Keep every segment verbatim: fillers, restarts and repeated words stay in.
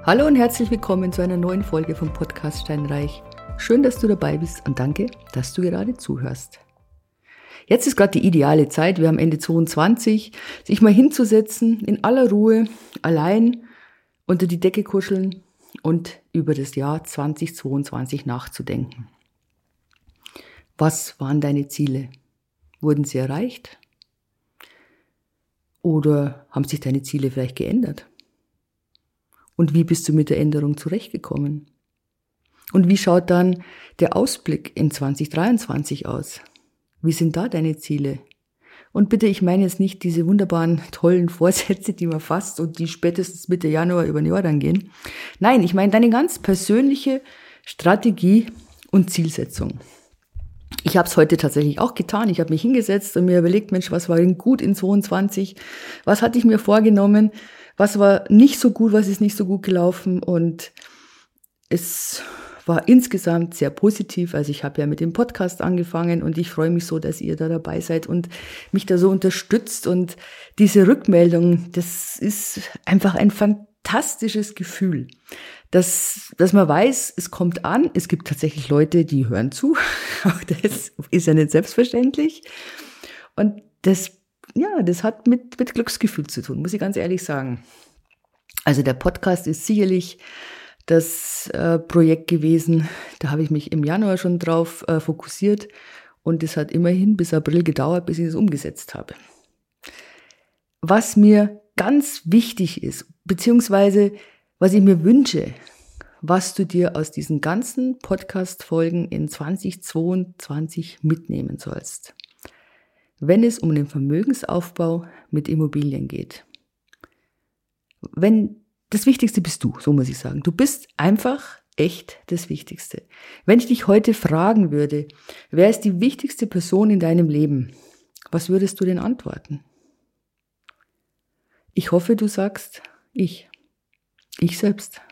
Hallo und herzlich willkommen zu einer neuen Folge vom Podcast Steinreich. Schön, dass du dabei bist und danke, dass du gerade zuhörst. Jetzt ist gerade die ideale Zeit, wir haben Ende zweiundzwanzig, sich mal hinzusetzen, in aller Ruhe, allein unter die Decke kuscheln und über das Jahr zweitausendzweiundzwanzig nachzudenken. Was waren deine Ziele? Wurden sie erreicht? Oder haben sich deine Ziele vielleicht geändert? Und wie bist du mit der Änderung zurechtgekommen? Und wie schaut dann der Ausblick in zweitausenddreiundzwanzig aus? Wie sind da deine Ziele? Und bitte, ich meine jetzt nicht diese wunderbaren, tollen Vorsätze, die man fasst und die spätestens Mitte Januar über ein Jahr dann gehen. Nein, ich meine deine ganz persönliche Strategie und Zielsetzung. Ich habe es heute tatsächlich auch getan. Ich habe mich hingesetzt und mir überlegt, Mensch, was war denn gut in zweiundzwanzig? Was hatte ich mir vorgenommen? Was war nicht so gut, was ist nicht so gut gelaufen? Und es war insgesamt sehr positiv. Also ich habe ja mit dem Podcast angefangen und ich freue mich so, dass ihr da dabei seid und mich da so unterstützt. Und diese Rückmeldung, das ist einfach ein fantastisches Gefühl, dass, dass man weiß, es kommt an. Es gibt tatsächlich Leute, die hören zu. Auch das ist ja nicht selbstverständlich. Und das Ja, das hat mit, mit Glücksgefühl zu tun, muss ich ganz ehrlich sagen. Also der Podcast ist sicherlich das äh, Projekt gewesen, da habe ich mich im Januar schon drauf äh, fokussiert und es hat immerhin bis April gedauert, bis ich es umgesetzt habe. Was mir ganz wichtig ist, beziehungsweise was ich mir wünsche, was du dir aus diesen ganzen Podcast-Folgen in zweitausendzweiundzwanzig mitnehmen sollst, wenn es um den Vermögensaufbau mit Immobilien geht. Wenn das Wichtigste bist du, so muss ich sagen. Du bist einfach echt das Wichtigste. Wenn ich dich heute fragen würde, wer ist die wichtigste Person in deinem Leben, was würdest du denn antworten? Ich hoffe, du sagst, ich. Ich selbst.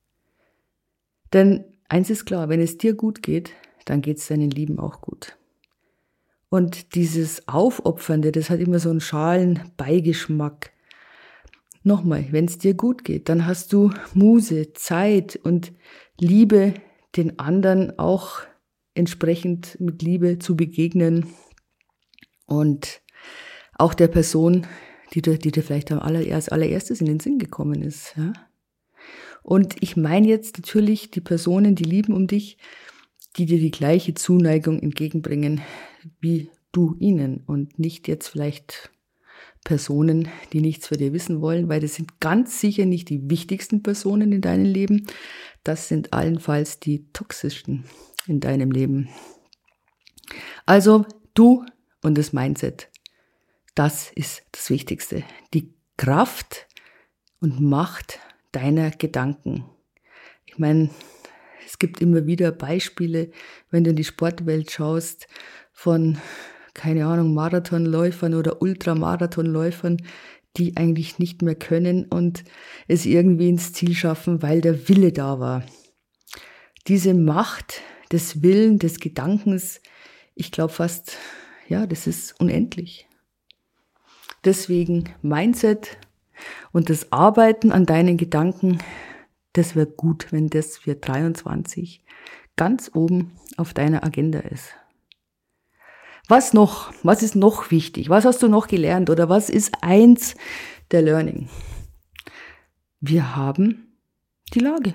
Denn eins ist klar, wenn es dir gut geht, dann geht es deinen Lieben auch gut. Und dieses Aufopfernde, das hat immer so einen schalen Beigeschmack. Nochmal, wenn es dir gut geht, dann hast du Muse, Zeit und Liebe, den anderen auch entsprechend mit Liebe zu begegnen und auch der Person, die dir, die dir vielleicht am allererst, allererstes in den Sinn gekommen ist. Ja? Und ich meine jetzt natürlich die Personen, die lieben um dich, die dir die gleiche Zuneigung entgegenbringen wie du ihnen und nicht jetzt vielleicht Personen, die nichts für dir wissen wollen, weil das sind ganz sicher nicht die wichtigsten Personen in deinem Leben. Das sind allenfalls die toxischsten in deinem Leben. Also du und das Mindset, das ist das Wichtigste. Die Kraft und Macht deiner Gedanken. Ich meine, es gibt immer wieder Beispiele, wenn du in die Sportwelt schaust, von, keine Ahnung, Marathonläufern oder Ultramarathonläufern, die eigentlich nicht mehr können und es irgendwie ins Ziel schaffen, weil der Wille da war. Diese Macht des Willens, des Gedankens, ich glaube fast, ja, das ist unendlich. Deswegen Mindset und das Arbeiten an deinen Gedanken, das wäre gut, wenn das für dreiundzwanzig ganz oben auf deiner Agenda ist. Was noch? Was ist noch wichtig? Was hast du noch gelernt? Oder was ist eins der Learning? Wir haben die Lage.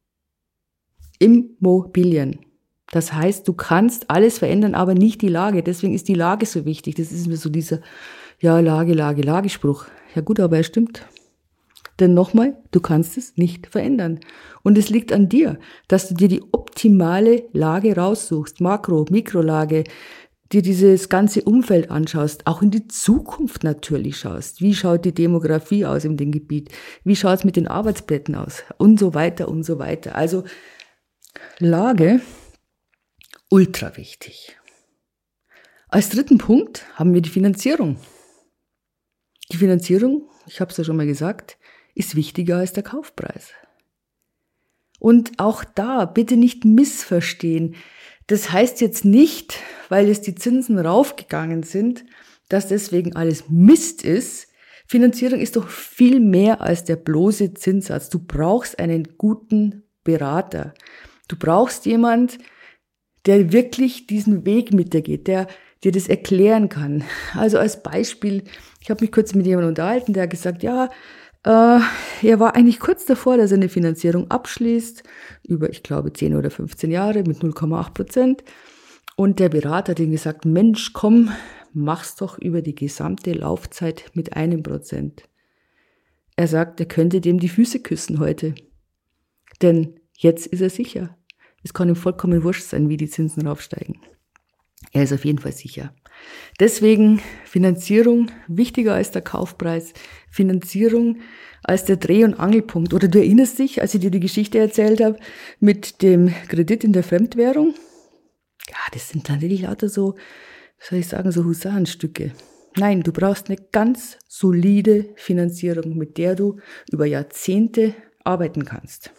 Immobilien. Das heißt, du kannst alles verändern, aber nicht die Lage. Deswegen ist die Lage so wichtig. Das ist mir so dieser, ja, Lage, Lage, Lagespruch. Ja gut, aber er stimmt. Denn nochmal, du kannst es nicht verändern. Und es liegt an dir, dass du dir die optimale Lage raussuchst. Makro-, Mikrolage, dir dieses ganze Umfeld anschaust, auch in die Zukunft natürlich schaust. Wie schaut die Demografie aus in dem Gebiet? Wie schaut es mit den Arbeitsplätzen aus? Und so weiter und so weiter. Also Lage, ultra wichtig. Als dritten Punkt haben wir die Finanzierung. Die Finanzierung, ich habe es ja schon mal gesagt, ist wichtiger als der Kaufpreis. Und auch da bitte nicht missverstehen. Das heißt jetzt nicht, weil es die Zinsen raufgegangen sind, dass deswegen alles Mist ist. Finanzierung ist doch viel mehr als der bloße Zinssatz. Du brauchst einen guten Berater. Du brauchst jemand, der wirklich diesen Weg mit dir geht, der dir das erklären kann. Also als Beispiel, ich habe mich kurz mit jemandem unterhalten, der hat gesagt, ja, äh, er war eigentlich kurz davor, dass er eine Finanzierung abschließt, über, ich glaube, zehn oder fünfzehn Jahre mit null Komma acht Prozent. Und der Berater hat ihm gesagt, Mensch, komm, mach's doch über die gesamte Laufzeit mit einem Prozent. Er sagt, er könnte dem die Füße küssen heute. Denn jetzt ist er sicher. Es kann ihm vollkommen wurscht sein, wie die Zinsen raufsteigen. Er ist auf jeden Fall sicher. Deswegen Finanzierung wichtiger als der Kaufpreis. Finanzierung als der Dreh- und Angelpunkt. Oder du erinnerst dich, als ich dir die Geschichte erzählt habe, mit dem Kredit in der Fremdwährung? Ja, das sind natürlich lauter so, was soll ich sagen, so Husarenstücke. Nein, du brauchst eine ganz solide Finanzierung, mit der du über Jahrzehnte arbeiten kannst.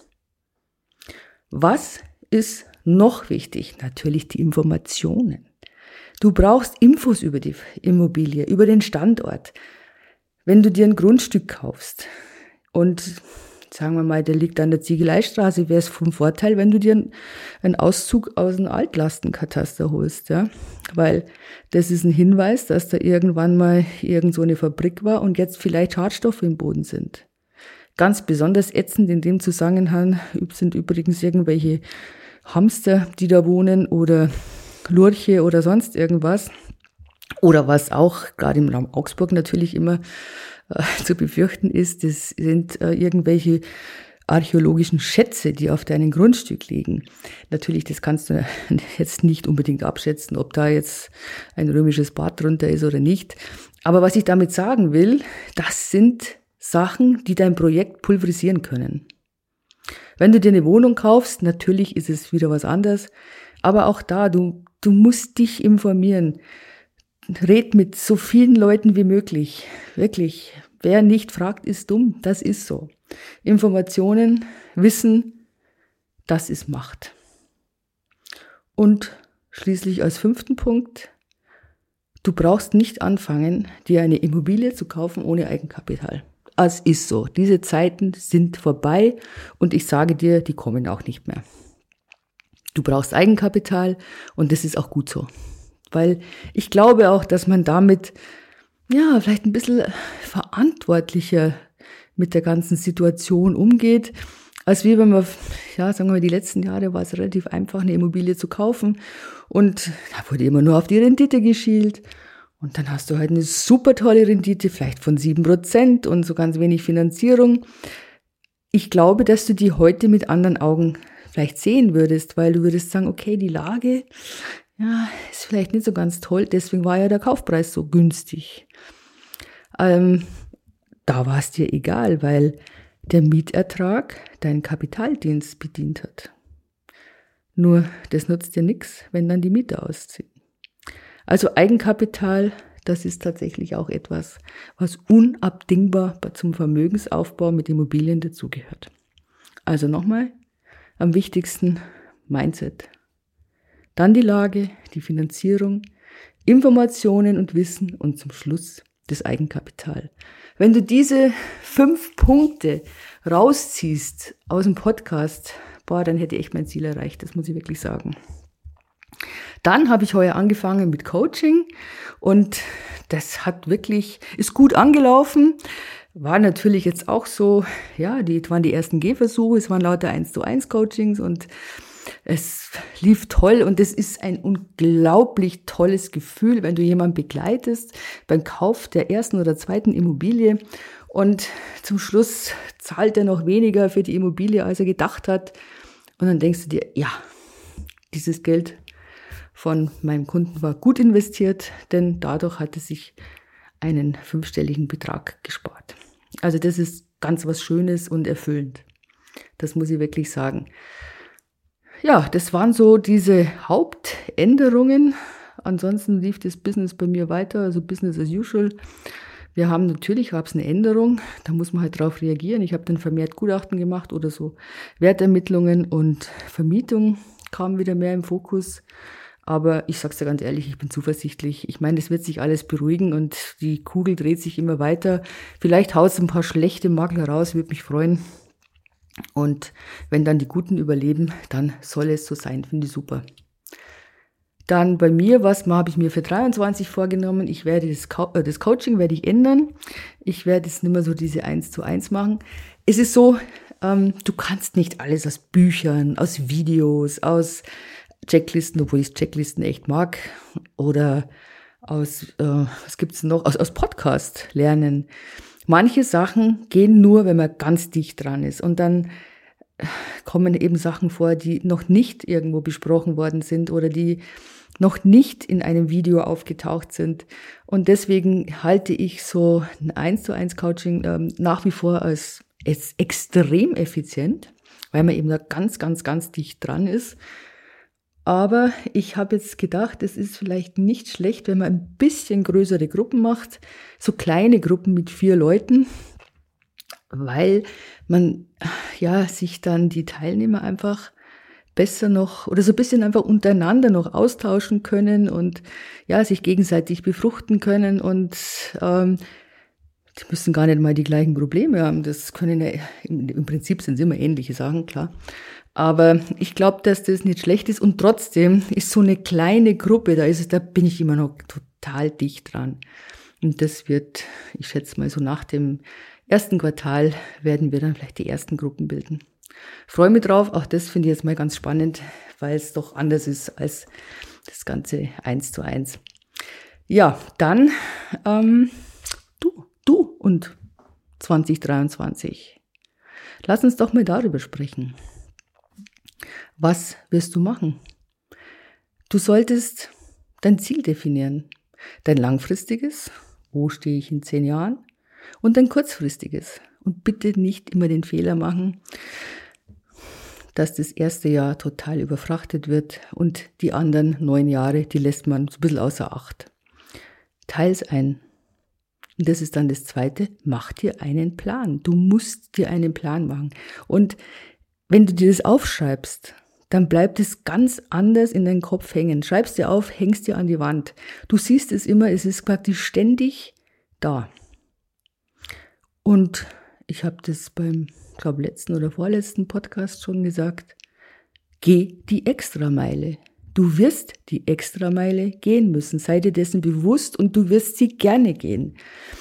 Was ist noch wichtig? Natürlich die Informationen. Du brauchst Infos über die Immobilie, über den Standort. Wenn du dir ein Grundstück kaufst und sagen wir mal, der liegt an der Ziegeleistraße, wäre es vom Vorteil, wenn du dir einen Auszug aus dem Altlastenkataster holst, ja, weil das ist ein Hinweis, dass da irgendwann mal irgend so eine Fabrik war und jetzt vielleicht Schadstoffe im Boden sind. Ganz besonders ätzend in dem Zusammenhang sind übrigens irgendwelche Hamster, die da wohnen oder Lurche oder sonst irgendwas. Oder was auch gerade im Raum Augsburg natürlich immer äh, zu befürchten ist, das sind äh, irgendwelche archäologischen Schätze, die auf deinem Grundstück liegen. Natürlich, das kannst du jetzt nicht unbedingt abschätzen, ob da jetzt ein römisches Bad drunter ist oder nicht. Aber was ich damit sagen will, das sind Sachen, die dein Projekt pulverisieren können. Wenn du dir eine Wohnung kaufst, natürlich ist es wieder was anderes, aber auch da, du, du musst dich informieren. Red mit so vielen Leuten wie möglich. Wirklich. Wer nicht fragt, ist dumm. Das ist so. Informationen, Wissen, das ist Macht. Und schließlich als fünften Punkt, du brauchst nicht anfangen, dir eine Immobilie zu kaufen ohne Eigenkapital. Es ist so. Diese Zeiten sind vorbei und ich sage dir, die kommen auch nicht mehr. Du brauchst Eigenkapital und das ist auch gut so. Weil ich glaube auch, dass man damit, ja, vielleicht ein bisschen verantwortlicher mit der ganzen Situation umgeht, als wie wenn man, ja, sagen wir mal, die letzten Jahre war es relativ einfach, eine Immobilie zu kaufen und da wurde immer nur auf die Rendite geschielt und dann hast du halt eine super tolle Rendite, vielleicht von sieben Prozent und so ganz wenig Finanzierung. Ich glaube, dass du die heute mit anderen Augen vielleicht sehen würdest, weil du würdest sagen, okay, die Lage, ja, ist vielleicht nicht so ganz toll, deswegen war ja der Kaufpreis so günstig. Ähm, da war es dir egal, weil der Mietertrag deinen Kapitaldienst bedient hat. Nur, das nutzt dir nichts, wenn dann die Mieter ausziehen. Also Eigenkapital, das ist tatsächlich auch etwas, was unabdingbar zum Vermögensaufbau mit Immobilien dazugehört. Also nochmal, am wichtigsten Mindset. Dann die Lage, die Finanzierung, Informationen und Wissen und zum Schluss das Eigenkapital. Wenn du diese fünf Punkte rausziehst aus dem Podcast, boah, dann hätte ich echt mein Ziel erreicht, das muss ich wirklich sagen. Dann habe ich heuer angefangen mit Coaching und das hat wirklich, ist gut angelaufen. War natürlich jetzt auch so, ja, die waren die ersten Gehversuche, es waren lauter eins zu eins Coachings und es lief toll und es ist ein unglaublich tolles Gefühl, wenn du jemanden begleitest beim Kauf der ersten oder zweiten Immobilie und zum Schluss zahlt er noch weniger für die Immobilie, als er gedacht hat. Und dann denkst du dir, ja, dieses Geld von meinem Kunden war gut investiert, denn dadurch hat er sich einen fünfstelligen Betrag gespart. Also das ist ganz was Schönes und erfüllend. Das muss ich wirklich sagen. Ja, das waren so diese Hauptänderungen. Ansonsten lief das Business bei mir weiter, also Business as usual. Wir haben natürlich, gab es eine Änderung, da muss man halt drauf reagieren. Ich habe dann vermehrt Gutachten gemacht oder so Wertermittlungen und Vermietung kam wieder mehr im Fokus. Aber ich sag's dir ganz ehrlich, ich bin zuversichtlich. Ich meine, das wird sich alles beruhigen und die Kugel dreht sich immer weiter. Vielleicht haut es ein paar schlechte Makler raus, würde mich freuen. Und wenn dann die Guten überleben, dann soll es so sein. Finde ich super. Dann bei mir, was habe ich mir für dreiundzwanzig vorgenommen? Ich werde das, Co- äh, das Coaching werde ich ändern. Ich werde jetzt nicht mehr so diese eins zu eins machen. Es ist so, ähm, du kannst nicht alles aus Büchern, aus Videos, aus Checklisten, obwohl ich Checklisten echt mag, oder aus, äh, was gibt's noch, aus, aus Podcast lernen. Manche Sachen gehen nur, wenn man ganz dicht dran ist. Und dann kommen eben Sachen vor, die noch nicht irgendwo besprochen worden sind oder die noch nicht in einem Video aufgetaucht sind. Und deswegen halte ich so ein eins zu eins Coaching ähm, nach wie vor als, als extrem effizient, weil man eben da ganz, ganz, ganz dicht dran ist. Aber ich habe jetzt gedacht, es ist vielleicht nicht schlecht, wenn man ein bisschen größere Gruppen macht, so kleine Gruppen mit vier Leuten, weil man ja sich dann die Teilnehmer einfach besser noch oder so ein bisschen einfach untereinander noch austauschen können und ja sich gegenseitig befruchten können und ähm, die müssen gar nicht mal die gleichen Probleme haben. Das können ja, im, im Prinzip sind es immer ähnliche Sachen, klar. Aber ich glaube, dass das nicht schlecht ist und trotzdem ist so eine kleine Gruppe, da ist es, da bin ich immer noch total dicht dran. Und das wird, ich schätze mal so nach dem ersten Quartal werden wir dann vielleicht die ersten Gruppen bilden. Freue mich drauf, auch das finde ich jetzt mal ganz spannend, weil es doch anders ist als das ganze eins zu eins. Ja, dann ähm, du, du und zwanzig dreiundzwanzig. Lass uns doch mal darüber sprechen. Was wirst du machen? Du solltest dein Ziel definieren. Dein langfristiges, wo stehe ich in zehn Jahren? Und dein kurzfristiges. Und bitte nicht immer den Fehler machen, dass das erste Jahr total überfrachtet wird und die anderen neun Jahre, die lässt man so ein bisschen außer Acht. Teils ein. Und das ist dann das Zweite, mach dir einen Plan. Du musst dir einen Plan machen. Und wenn du dir das aufschreibst, dann bleibt es ganz anders in deinem Kopf hängen. Schreibst dir auf, hängst dir an die Wand. Du siehst es immer, es ist praktisch ständig da. Und ich habe das beim, glaube letzten oder vorletzten Podcast schon gesagt, geh die Extrameile. Du wirst die Extrameile gehen müssen. Sei dir dessen bewusst und du wirst sie gerne gehen.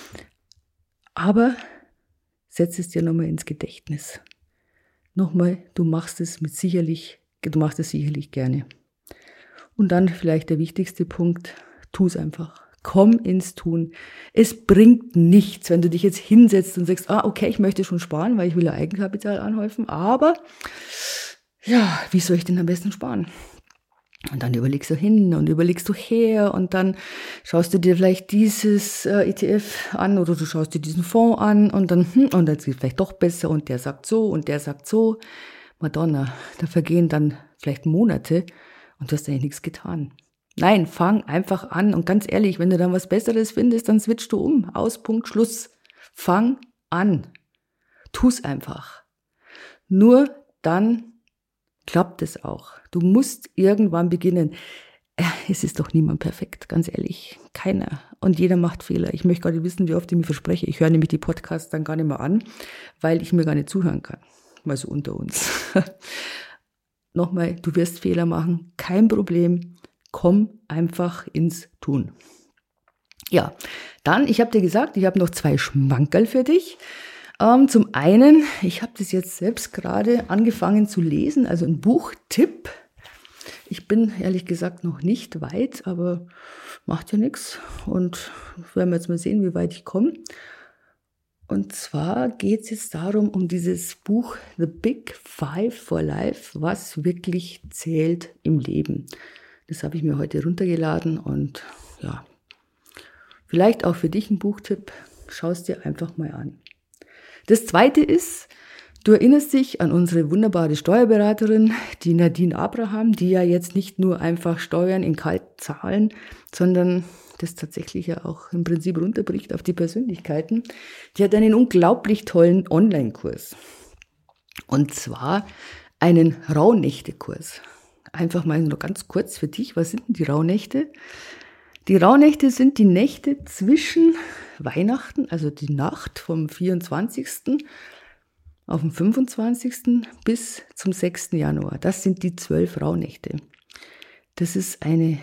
Aber setz es dir nochmal ins Gedächtnis. Nochmal, du machst es mit sicherlich, du machst es sicherlich gerne. Und dann vielleicht der wichtigste Punkt, tu es einfach. Komm ins Tun. Es bringt nichts, wenn du dich jetzt hinsetzt und sagst, ah, okay, ich möchte schon sparen, weil ich will ja Eigenkapital anhäufen, aber ja, wie soll ich denn am besten sparen? Und dann überlegst du hin und überlegst du her und dann schaust du dir vielleicht dieses äh, E T F an oder du schaust dir diesen Fonds an und dann, hm, und dann ist es vielleicht doch besser und der sagt so und der sagt so. Madonna, da vergehen dann vielleicht Monate und du hast eigentlich nichts getan. Nein, fang einfach an und ganz ehrlich, wenn du dann was Besseres findest, dann switchst du um. Aus, Punkt, Schluss. Fang an. Tu's einfach. Nur dann klappt es auch. Du musst irgendwann beginnen. Es ist doch niemand perfekt, ganz ehrlich. Keiner. Und jeder macht Fehler. Ich möchte gar nicht wissen, wie oft ich mir verspreche. Ich höre nämlich die Podcasts dann gar nicht mehr an, weil ich mir gar nicht zuhören kann. Mal so unter uns. Nochmal, du wirst Fehler machen. Kein Problem. Komm einfach ins Tun. Ja, dann, ich habe dir gesagt, ich habe noch zwei Schmankerl für dich. Ähm, zum einen, ich habe das jetzt selbst gerade angefangen zu lesen, also ein Buchtipp. Ich bin ehrlich gesagt noch nicht weit, aber macht ja nichts. Und werden wir jetzt mal sehen, wie weit ich komme. Und zwar geht es jetzt darum, um dieses Buch The Big Five for Life, was wirklich zählt im Leben. Das habe ich mir heute runtergeladen und ja, vielleicht auch für dich ein Buchtipp. Schau es dir einfach mal an. Das Zweite ist, du erinnerst dich an unsere wunderbare Steuerberaterin, die Nadine Abraham, die ja jetzt nicht nur einfach Steuern in kalt zahlen, sondern das tatsächlich ja auch im Prinzip runterbricht auf die Persönlichkeiten. Die hat einen unglaublich tollen Online-Kurs. Und zwar einen Rauhnächte-Kurs. einfach mal nur ganz kurz für dich, was sind denn die Rauhnächte? Die Rauhnächte sind die Nächte zwischen Weihnachten, also die Nacht vom vierundzwanzigsten auf den fünfundzwanzigsten bis zum sechsten Januar. Das sind die zwölf Rauhnächte. Das ist eine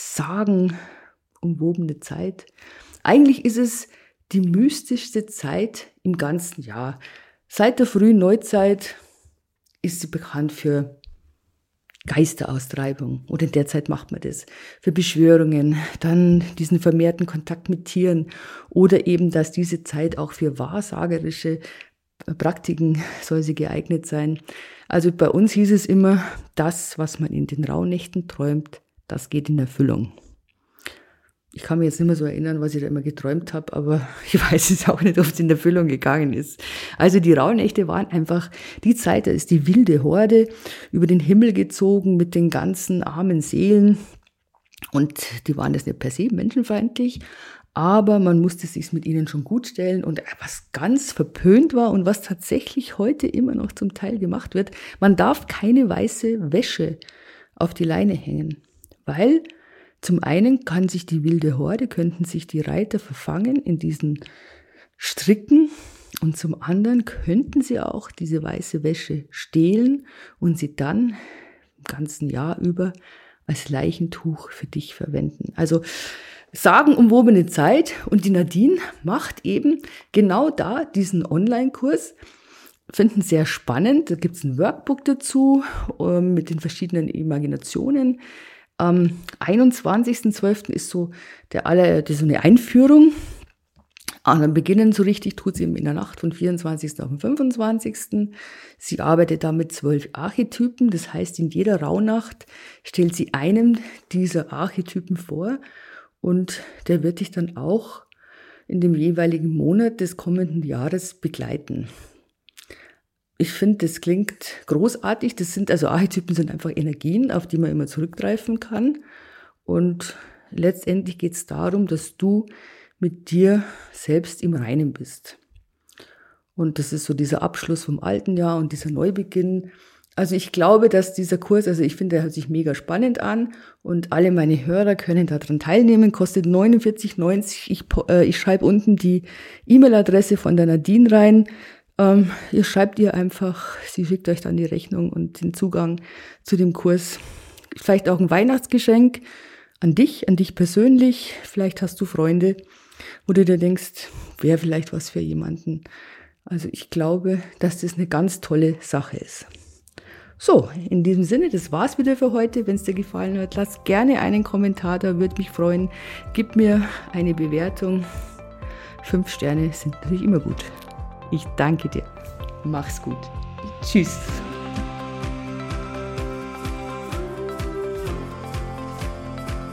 sagenumwobene Zeit. Eigentlich ist es die mystischste Zeit im ganzen Jahr. Seit der frühen Neuzeit ist sie bekannt für Geisteraustreibung, oder in der Zeit macht man das, für Beschwörungen, dann diesen vermehrten Kontakt mit Tieren oder eben, dass diese Zeit auch für wahrsagerische Praktiken soll sie geeignet sein. Also bei uns hieß es immer, das, was man in den Rauhnächten träumt, das geht in Erfüllung. Ich kann mich jetzt nicht mehr so erinnern, was ich da immer geträumt habe, aber ich weiß es auch nicht, ob es in Erfüllung gegangen ist. Also die Rauhnächte waren einfach die Zeit, da ist die wilde Horde über den Himmel gezogen mit den ganzen armen Seelen. Und die waren jetzt nicht per se menschenfeindlich, aber man musste sich mit ihnen schon gut stellen. Und was ganz verpönt war und was tatsächlich heute immer noch zum Teil gemacht wird, man darf keine weiße Wäsche auf die Leine hängen, weil zum einen kann sich die wilde Horde, könnten sich die Reiter verfangen in diesen Stricken und zum anderen könnten sie auch diese weiße Wäsche stehlen und sie dann im ganzen Jahr über als Leichentuch für dich verwenden. Also sagenumwobene Zeit, und die Nadine macht eben genau da diesen Online-Kurs. Finden sehr spannend, da gibt es ein Workbook dazu mit den verschiedenen Imaginationen. Am einundzwanzigsten zwölften ist so der aller, das ist so eine Einführung. Und dann beginnen so richtig tut sie eben in der Nacht von vierundzwanzigsten auf den fünfundzwanzigsten Sie arbeitet da mit zwölf Archetypen. Das heißt, in jeder Rauhnacht stellt sie einen dieser Archetypen vor und der wird dich dann auch in dem jeweiligen Monat des kommenden Jahres begleiten. Ich finde, das klingt großartig. Das sind also Archetypen, sind einfach Energien, auf die man immer zurückgreifen kann. Und letztendlich geht es darum, dass du mit dir selbst im Reinen bist. Und das ist so dieser Abschluss vom alten Jahr und dieser Neubeginn. Also ich glaube, dass dieser Kurs, also ich finde, der hört sich mega spannend an und alle meine Hörer können daran teilnehmen, kostet neunundvierzig neunzig. Ich, äh, ich schreibe unten die E-Mail-Adresse von der Nadine rein. Ähm, ihr schreibt ihr einfach, sie schickt euch dann die Rechnung und den Zugang zu dem Kurs. Vielleicht auch ein Weihnachtsgeschenk an dich, an dich persönlich. Vielleicht hast du Freunde, wo du dir denkst, wäre vielleicht was für jemanden. Also ich glaube, dass das eine ganz tolle Sache ist. So, in diesem Sinne, das war's wieder für heute. Wenn es dir gefallen hat, lass gerne einen Kommentar da, würde mich freuen. Gib mir eine Bewertung. Fünf Sterne sind natürlich immer gut. Ich danke dir. Mach's gut. Tschüss.